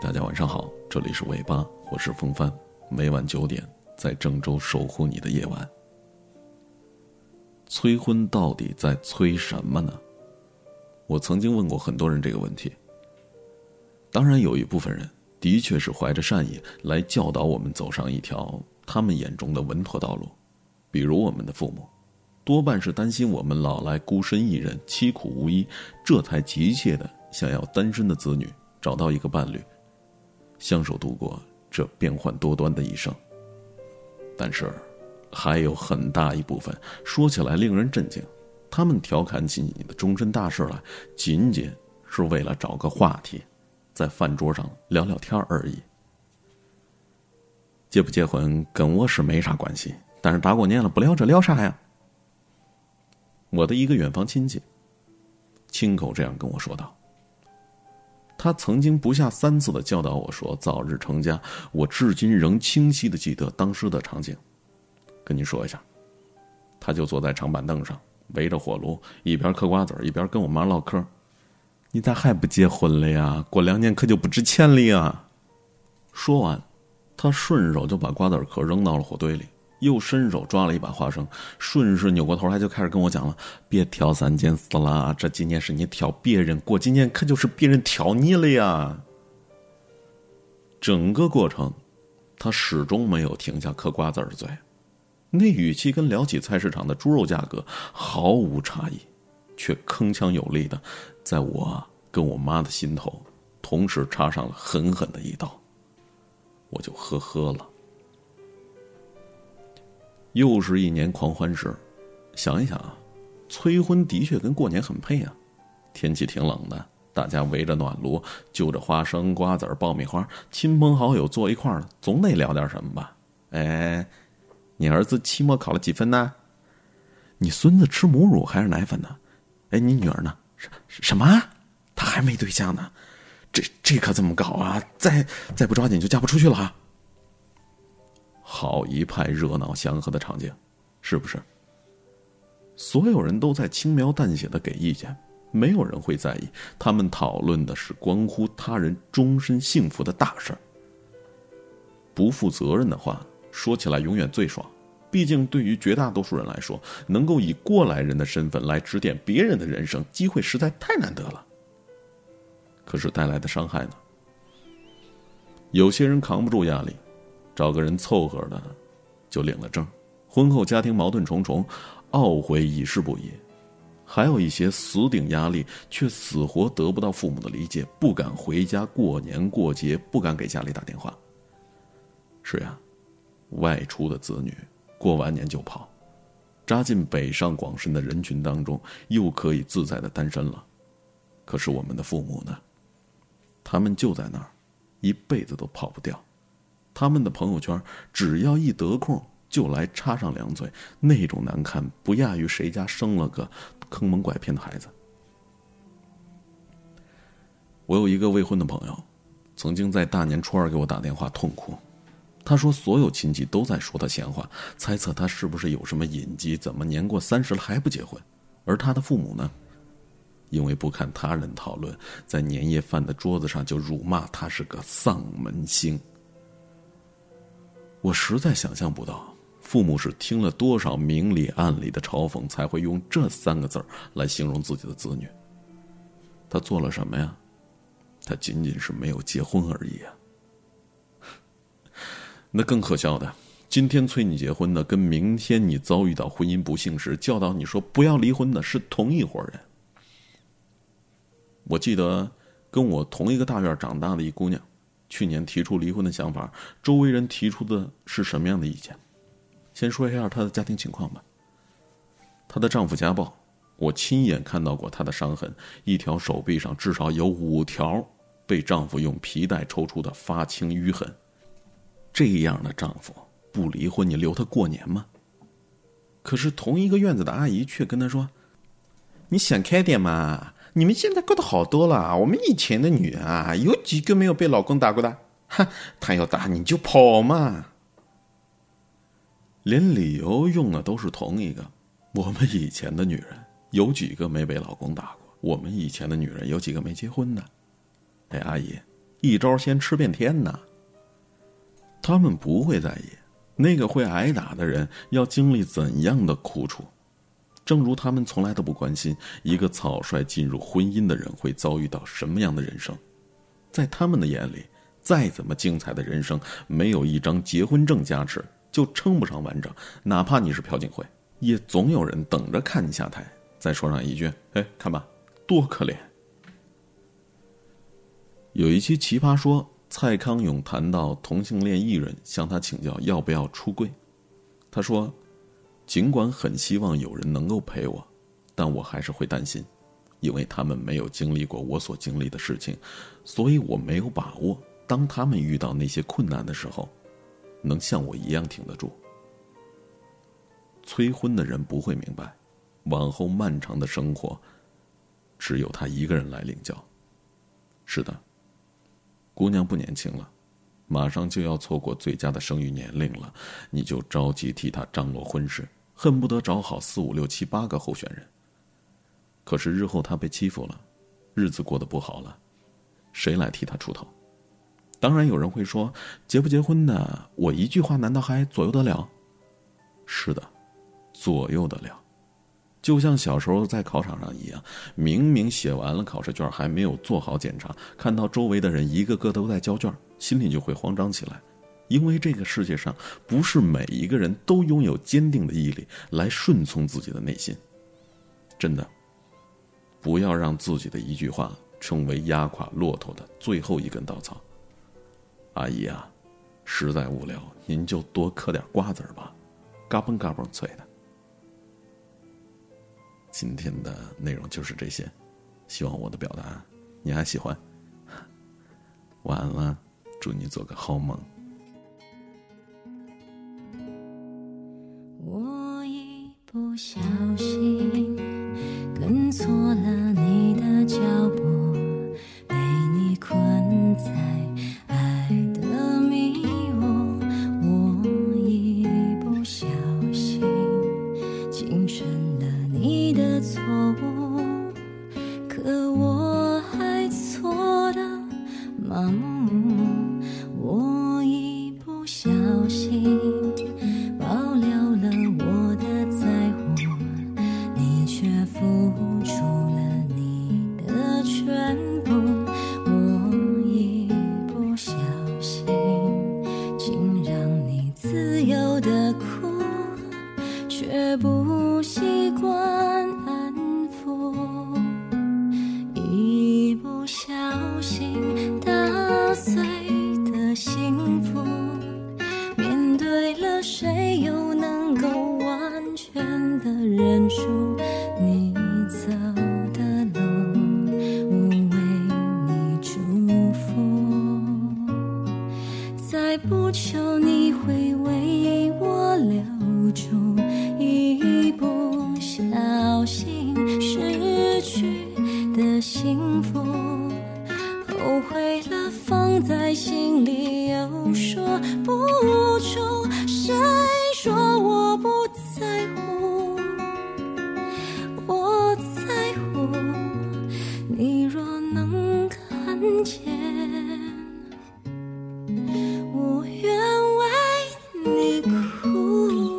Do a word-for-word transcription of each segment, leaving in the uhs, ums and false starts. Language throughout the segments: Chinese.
大家晚上好，这里是尾巴，我是风帆，每晚九点在郑州守护你的夜晚。催婚到底在催什么呢？我曾经问过很多人这个问题。当然有一部分人的确是怀着善意来教导我们走上一条他们眼中的稳妥道路，比如我们的父母，多半是担心我们老来孤身一人，凄苦无依，这才急切的想要单身的子女找到一个伴侣，相守度过这变幻多端的一生。但是还有很大一部分说起来令人震惊，他们调侃起你的终身大事来，仅仅是为了找个话题在饭桌上聊聊天而已。结不结婚跟我是没啥关系，但是大过年了不聊这聊啥呀？我的一个远房亲戚亲口这样跟我说道。他曾经不下三次的教导我说早日成家，我至今仍清晰的记得当时的场景。跟你说一下，他就坐在长板凳上，围着火炉，一边嗑瓜子一边跟我妈唠嗑。你咋还不结婚了呀？过两年可就不值钱了呀！说完，他顺手就把瓜子壳扔到了火堆里，又伸手抓了一把花生，顺势扭过头来就开始跟我讲了：别挑三拣四了，这几年是你挑别人，过几年可就是别人挑你了呀！整个过程，他始终没有停下嗑瓜子的嘴，那语气跟聊起菜市场的猪肉价格毫无差异，却铿锵有力的在我跟我妈的心头同时插上了狠狠的一刀。我就呵呵了。又是一年狂欢时，想一想啊，催婚的确跟过年很配啊。天气挺冷的，大家围着暖炉，就着花生、瓜子、爆米花，亲朋好友坐一块儿了，总得聊点什么吧？哎，你儿子期末考了几分呢？你孙子吃母乳还是奶粉呢？哎，你女儿呢？什么？她还没对象呢？这这可怎么搞啊？再再不抓紧就嫁不出去了啊！好一派热闹祥和的场景，是不是？所有人都在轻描淡写的给意见，没有人会在意，他们讨论的是关乎他人终身幸福的大事。不负责任的话说起来永远最爽，毕竟对于绝大多数人来说，能够以过来人的身份来指点别人的人生，机会实在太难得了。可是带来的伤害呢？有些人扛不住压力，找个人凑合的就领了证，婚后家庭矛盾重重，懊悔已是不已。还有一些死顶压力，却死活得不到父母的理解，不敢回家过年过节，不敢给家里打电话。是呀，外出的子女过完年就跑，扎进北上广深的人群当中，又可以自在的单身了。可是我们的父母呢？他们就在那儿，一辈子都跑不掉。他们的朋友圈只要一得空就来插上两嘴，那种难看不亚于谁家生了个坑蒙拐骗的孩子。我有一个未婚的朋友，曾经在大年初二给我打电话痛哭。他说所有亲戚都在说他闲话，猜测他是不是有什么隐疾，怎么年过三十了还不结婚。而他的父母呢，因为不看他人讨论，在年夜饭的桌子上就辱骂他是个丧门星。我实在想象不到，父母是听了多少明里暗里的嘲讽，才会用这三个字来形容自己的子女。他做了什么呀？他仅仅是没有结婚而已啊。那更可笑的，今天催你结婚的，跟明天你遭遇到婚姻不幸时教导你说不要离婚的是同一伙人。我记得跟我同一个大院长大的一姑娘，去年提出离婚的想法，周围人提出的是什么样的意见？先说一下她的家庭情况吧。她的丈夫家暴，我亲眼看到过她的伤痕，一条手臂上至少有五条被丈夫用皮带抽出的发青淤痕。这样的丈夫不离婚，你留他过年吗？可是同一个院子的阿姨却跟他说：你想开点嘛，你们现在过得好多了，我们以前的女人啊，有几个没有被老公打过的？哈，他要打你就跑嘛。连理由用的都是同一个。我们以前的女人有几个没被老公打过？我们以前的女人有几个没结婚的？哎，阿姨， 一招鲜吃遍天呐。他们不会在意那个会挨打的人要经历怎样的苦楚，正如他们从来都不关心一个草率进入婚姻的人会遭遇到什么样的人生。在他们的眼里，再怎么精彩的人生，没有一张结婚证加持就称不上完整。哪怕你是朴槿惠，也总有人等着看你下台，再说上一句：哎，看吧，多可怜。有一期奇葩说，蔡康永谈到同性恋艺人向他请教要不要出柜，他说，尽管很希望有人能够陪我，但我还是会担心，因为他们没有经历过我所经历的事情，所以我没有把握当他们遇到那些困难的时候，能像我一样挺得住。催婚的人不会明白，往后漫长的生活只有他一个人来领教。是的，姑娘不年轻了，马上就要错过最佳的生育年龄了，你就着急替她张罗婚事，恨不得找好四五六七八个候选人。可是日后她被欺负了，日子过得不好了，谁来替她出头？当然有人会说，结不结婚的，我一句话难道还左右得了？是的，左右得了。就像小时候在考场上一样，明明写完了考试卷，还没有做好检查，看到周围的人一个个都在交卷，心里就会慌张起来。因为这个世界上不是每一个人都拥有坚定的毅力来顺从自己的内心。真的，不要让自己的一句话成为压垮骆驼的最后一根稻草。阿姨啊，实在无聊，您就多嗑点瓜子吧，嘎嘣嘎嘣脆的。今天的内容就是这些，希望我的表达你还喜欢。晚安了，祝你做个好梦。 我一不小心跟错了你的脚步，被你困在爱的迷雾。我一不小心竟成了你的错误，可我还错得麻木。我一不小心爆料了我的在乎，你却付出了你的全部。我一不小心竟让你自由的哭，却不习惯安抚。一不小心打碎的幸福，面对了谁又能够完全的认输？你走的路，我为你祝福，再不求你会为我留住。一不小心失去的幸福，后悔了放在心里又说不出。谁说我不在乎？我在乎。你若能看见，我愿为你哭。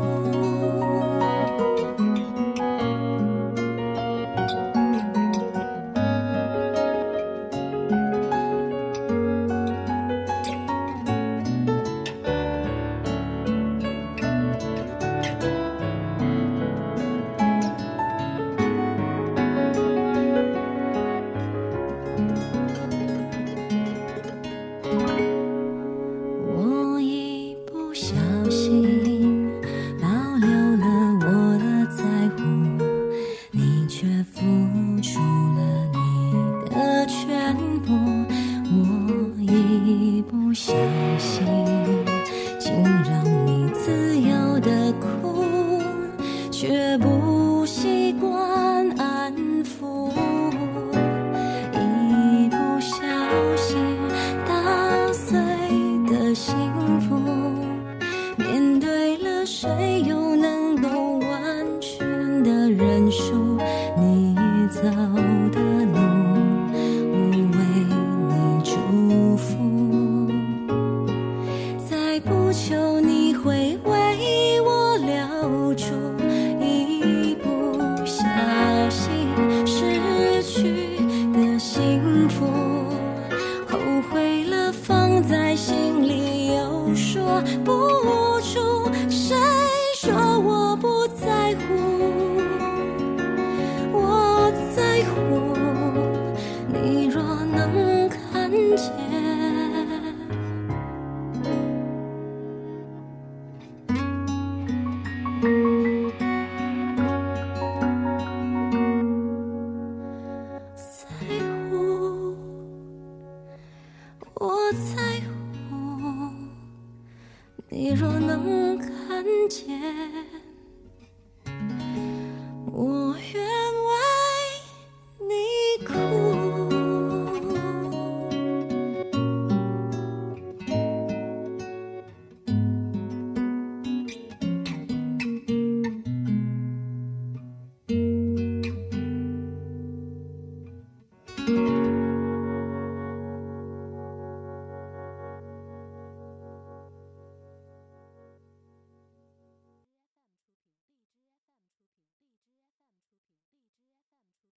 我一不小心保留了我的在乎，你却付